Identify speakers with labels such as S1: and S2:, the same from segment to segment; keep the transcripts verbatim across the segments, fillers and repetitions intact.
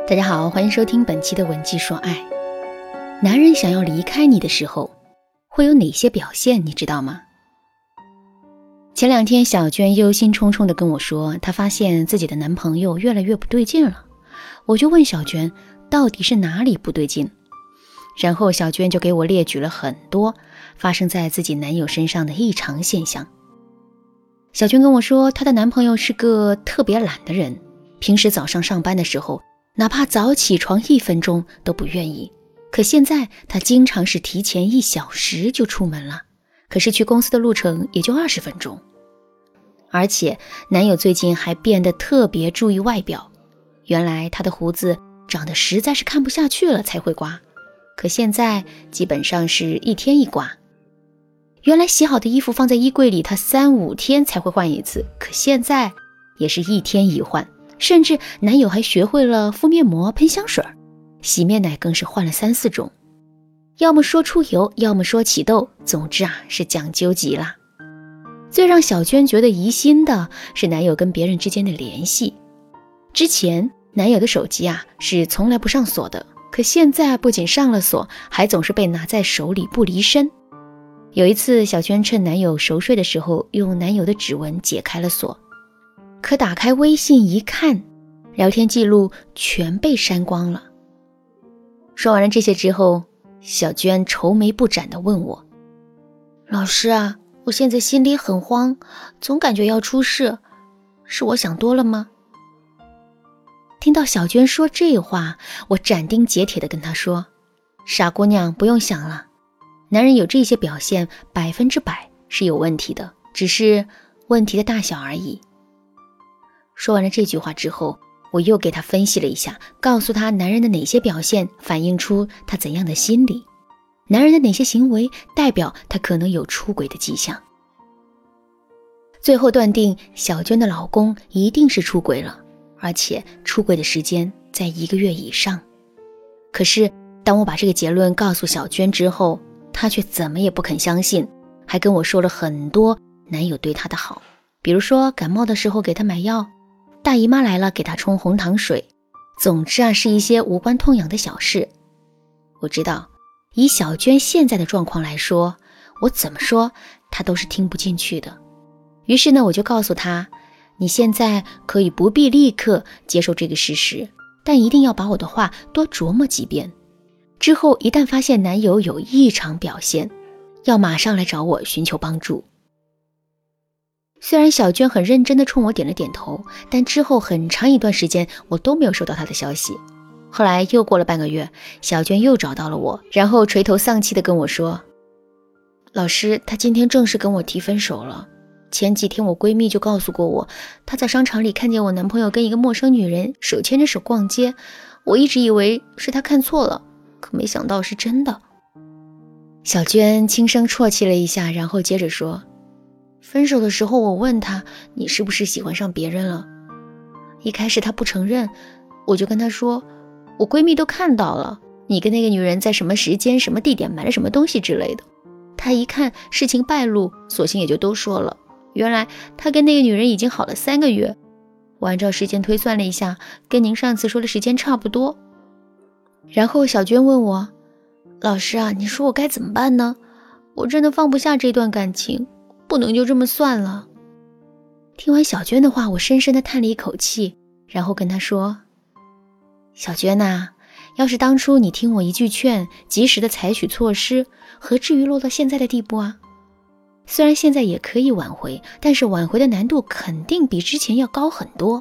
S1: 大家好，欢迎收听本期的文姬说爱。男人想要离开你的时候，会有哪些表现你知道吗？前两天小娟忧心忡忡地跟我说，她发现自己的男朋友越来越不对劲了。我就问小娟，到底是哪里不对劲？然后小娟就给我列举了很多发生在自己男友身上的异常现象。小娟跟我说，她的男朋友是个特别懒的人，平时早上上班的时候，哪怕早起床一分钟都不愿意，可现在他经常是提前一小时就出门了，可是去公司的路程也就二十分钟。而且男友最近还变得特别注意外表，原来他的胡子长得实在是看不下去了才会刮，可现在基本上是一天一刮。原来洗好的衣服放在衣柜里，他三五天才会换一次，可现在也是一天一换。甚至男友还学会了敷面膜、喷香水，洗面奶更是换了三四种，要么说出油，要么说起痘，总之啊是讲究极了。最让小娟觉得疑心的是男友跟别人之间的联系。之前男友的手机啊是从来不上锁的，可现在不仅上了锁，还总是被拿在手里不离身。有一次小娟趁男友熟睡的时候，用男友的指纹解开了锁，可打开微信一看，聊天记录全被删光了。说完了这些之后，小娟愁眉不展地问我，老师啊，我现在心里很慌，总感觉要出事，是我想多了吗？听到小娟说这话，我斩钉截铁地跟她说，傻姑娘，不用想了，男人有这些表现百分之百是有问题的，只是问题的大小而已。说完了这句话之后，我又给他分析了一下，告诉他男人的哪些表现反映出他怎样的心理，男人的哪些行为代表他可能有出轨的迹象。最后断定小娟的老公一定是出轨了，而且出轨的时间在一个月以上。可是当我把这个结论告诉小娟之后，她却怎么也不肯相信，还跟我说了很多男友对她的好，比如说感冒的时候给她买药，大姨妈来了给她冲红糖水，总之啊是一些无关痛痒的小事。我知道以小娟现在的状况来说，我怎么说她都是听不进去的。于是呢，我就告诉她，你现在可以不必立刻接受这个事实，但一定要把我的话多琢磨几遍，之后一旦发现男友有异常表现，要马上来找我寻求帮助。虽然小娟很认真地冲我点了点头，但之后很长一段时间我都没有收到她的消息。后来又过了半个月，小娟又找到了我，然后垂头丧气地跟我说，老师，她今天正式跟我提分手了。前几天我闺蜜就告诉过我，她在商场里看见我男朋友跟一个陌生女人手牵着手逛街，我一直以为是她看错了，可没想到是真的。小娟轻声啜泣了一下，然后接着说，分手的时候我问他，你是不是喜欢上别人了？一开始他不承认，我就跟他说，我闺蜜都看到了，你跟那个女人在什么时间什么地点买了什么东西之类的。他一看事情败露，索性也就都说了，原来他跟那个女人已经好了三个月。我按照时间推算了一下，跟您上次说的时间差不多。然后小娟问我，老师啊，你说我该怎么办呢？我真的放不下这段感情，不能就这么算了。听完小娟的话，我深深地叹了一口气，然后跟她说，小娟啊，要是当初你听我一句劝，及时的采取措施，何至于落到现在的地步啊？虽然现在也可以挽回，但是挽回的难度肯定比之前要高很多。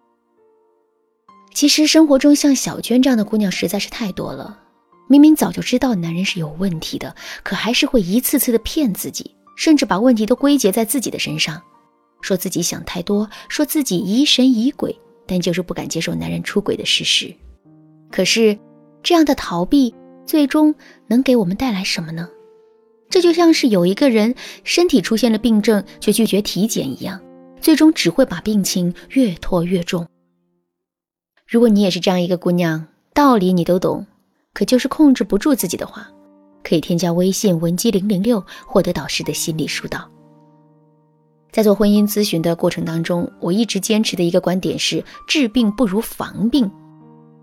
S1: 其实生活中像小娟这样的姑娘实在是太多了，明明早就知道男人是有问题的，可还是会一次次的骗自己，甚至把问题都归结在自己的身上，说自己想太多，说自己疑神疑鬼，但就是不敢接受男人出轨的事实。可是这样的逃避最终能给我们带来什么呢？这就像是有一个人身体出现了病症却拒绝体检一样，最终只会把病情越拖越重。如果你也是这样一个姑娘，道理你都懂，可就是控制不住自己的话，可以添加微信文姬零零六，获得导师的心理疏导。在做婚姻咨询的过程当中，我一直坚持的一个观点是，治病不如防病。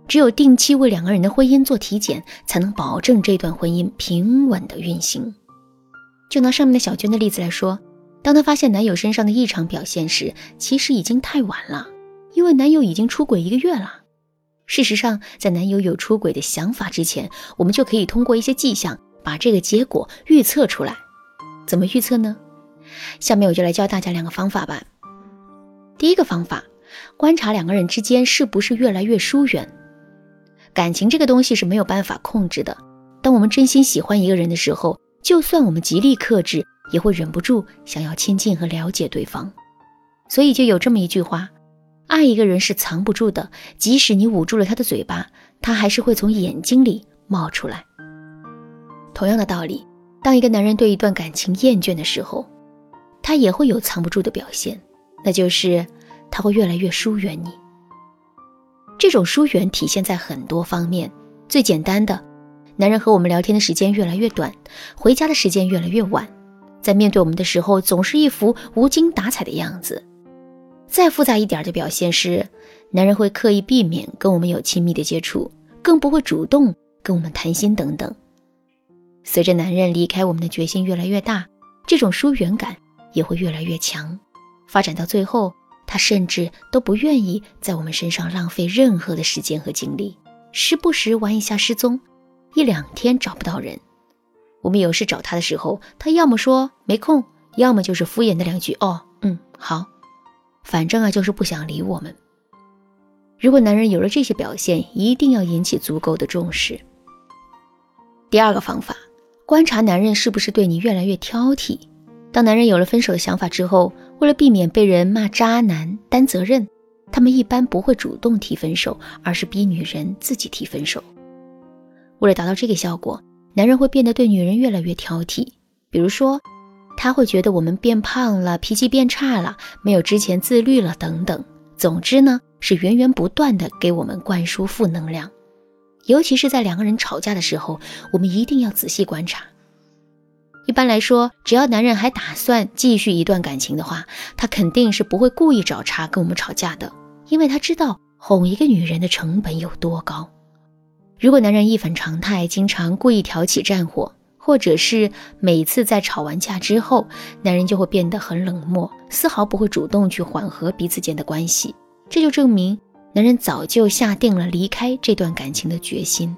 S1: 只有定期为两个人的婚姻做体检，才能保证这段婚姻平稳的运行。就拿上面的小娟的例子来说，当她发现男友身上的异常表现时，其实已经太晚了，因为男友已经出轨一个月了。事实上，在男友有出轨的想法之前，我们就可以通过一些迹象把这个结果预测出来。怎么预测呢？下面我就来教大家两个方法吧。第一个方法，观察两个人之间是不是越来越疏远。感情这个东西是没有办法控制的，当我们真心喜欢一个人的时候，就算我们极力克制，也会忍不住想要亲近和了解对方。所以就有这么一句话，爱一个人是藏不住的，即使你捂住了他的嘴巴，他还是会从眼睛里冒出来。同样的道理，当一个男人对一段感情厌倦的时候，他也会有藏不住的表现，那就是他会越来越疏远你。这种疏远体现在很多方面，最简单的，男人和我们聊天的时间越来越短，回家的时间越来越晚，在面对我们的时候总是一副无精打采的样子。再复杂一点的表现是，男人会刻意避免跟我们有亲密的接触，更不会主动跟我们谈心等等。随着男人离开我们的决心越来越大，这种疏远感也会越来越强，发展到最后，他甚至都不愿意在我们身上浪费任何的时间和精力，时不时玩一下失踪，一两天找不到人。我们有事找他的时候，他要么说没空，要么就是敷衍的两句哦，嗯，好，反正啊就是不想理我们。如果男人有了这些表现，一定要引起足够的重视。第二个方法，观察男人是不是对你越来越挑剔。当男人有了分手的想法之后，为了避免被人骂渣男担责任，他们一般不会主动提分手，而是逼女人自己提分手。为了达到这个效果，男人会变得对女人越来越挑剔。比如说，他会觉得我们变胖了，脾气变差了，没有之前自律了等等。总之呢，是源源不断的给我们灌输负能量。尤其是在两个人吵架的时候，我们一定要仔细观察。一般来说，只要男人还打算继续一段感情的话，他肯定是不会故意找茬跟我们吵架的，因为他知道哄一个女人的成本有多高。如果男人一反常态，经常故意挑起战火，或者是每次在吵完架之后，男人就会变得很冷漠，丝毫不会主动去缓和彼此间的关系，这就证明男人早就下定了离开这段感情的决心。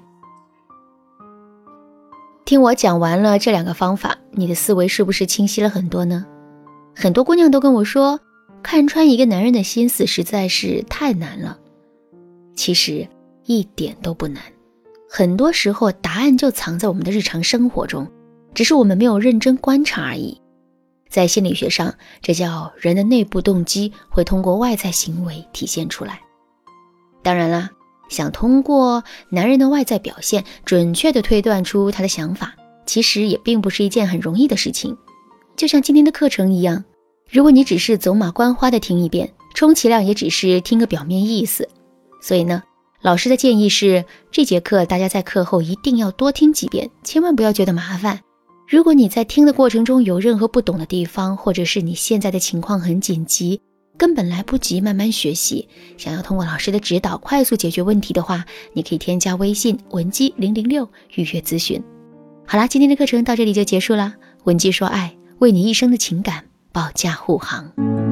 S1: 听我讲完了这两个方法，你的思维是不是清晰了很多呢？很多姑娘都跟我说，看穿一个男人的心思实在是太难了。其实一点都不难，很多时候答案就藏在我们的日常生活中，只是我们没有认真观察而已。在心理学上，这叫人的内部动机会通过外在行为体现出来。当然啦，想通过男人的外在表现准确地推断出他的想法，其实也并不是一件很容易的事情。就像今天的课程一样，如果你只是走马观花地听一遍，充其量也只是听个表面意思。所以呢，老师的建议是，这节课大家在课后一定要多听几遍，千万不要觉得麻烦。如果你在听的过程中有任何不懂的地方，或者是你现在的情况很紧急，根本来不及慢慢学习，想要通过老师的指导快速解决问题的话，你可以添加微信文姬零零六预约咨询。好啦，今天的课程到这里就结束啦。文姬说爱，为你一生的情感保驾护航。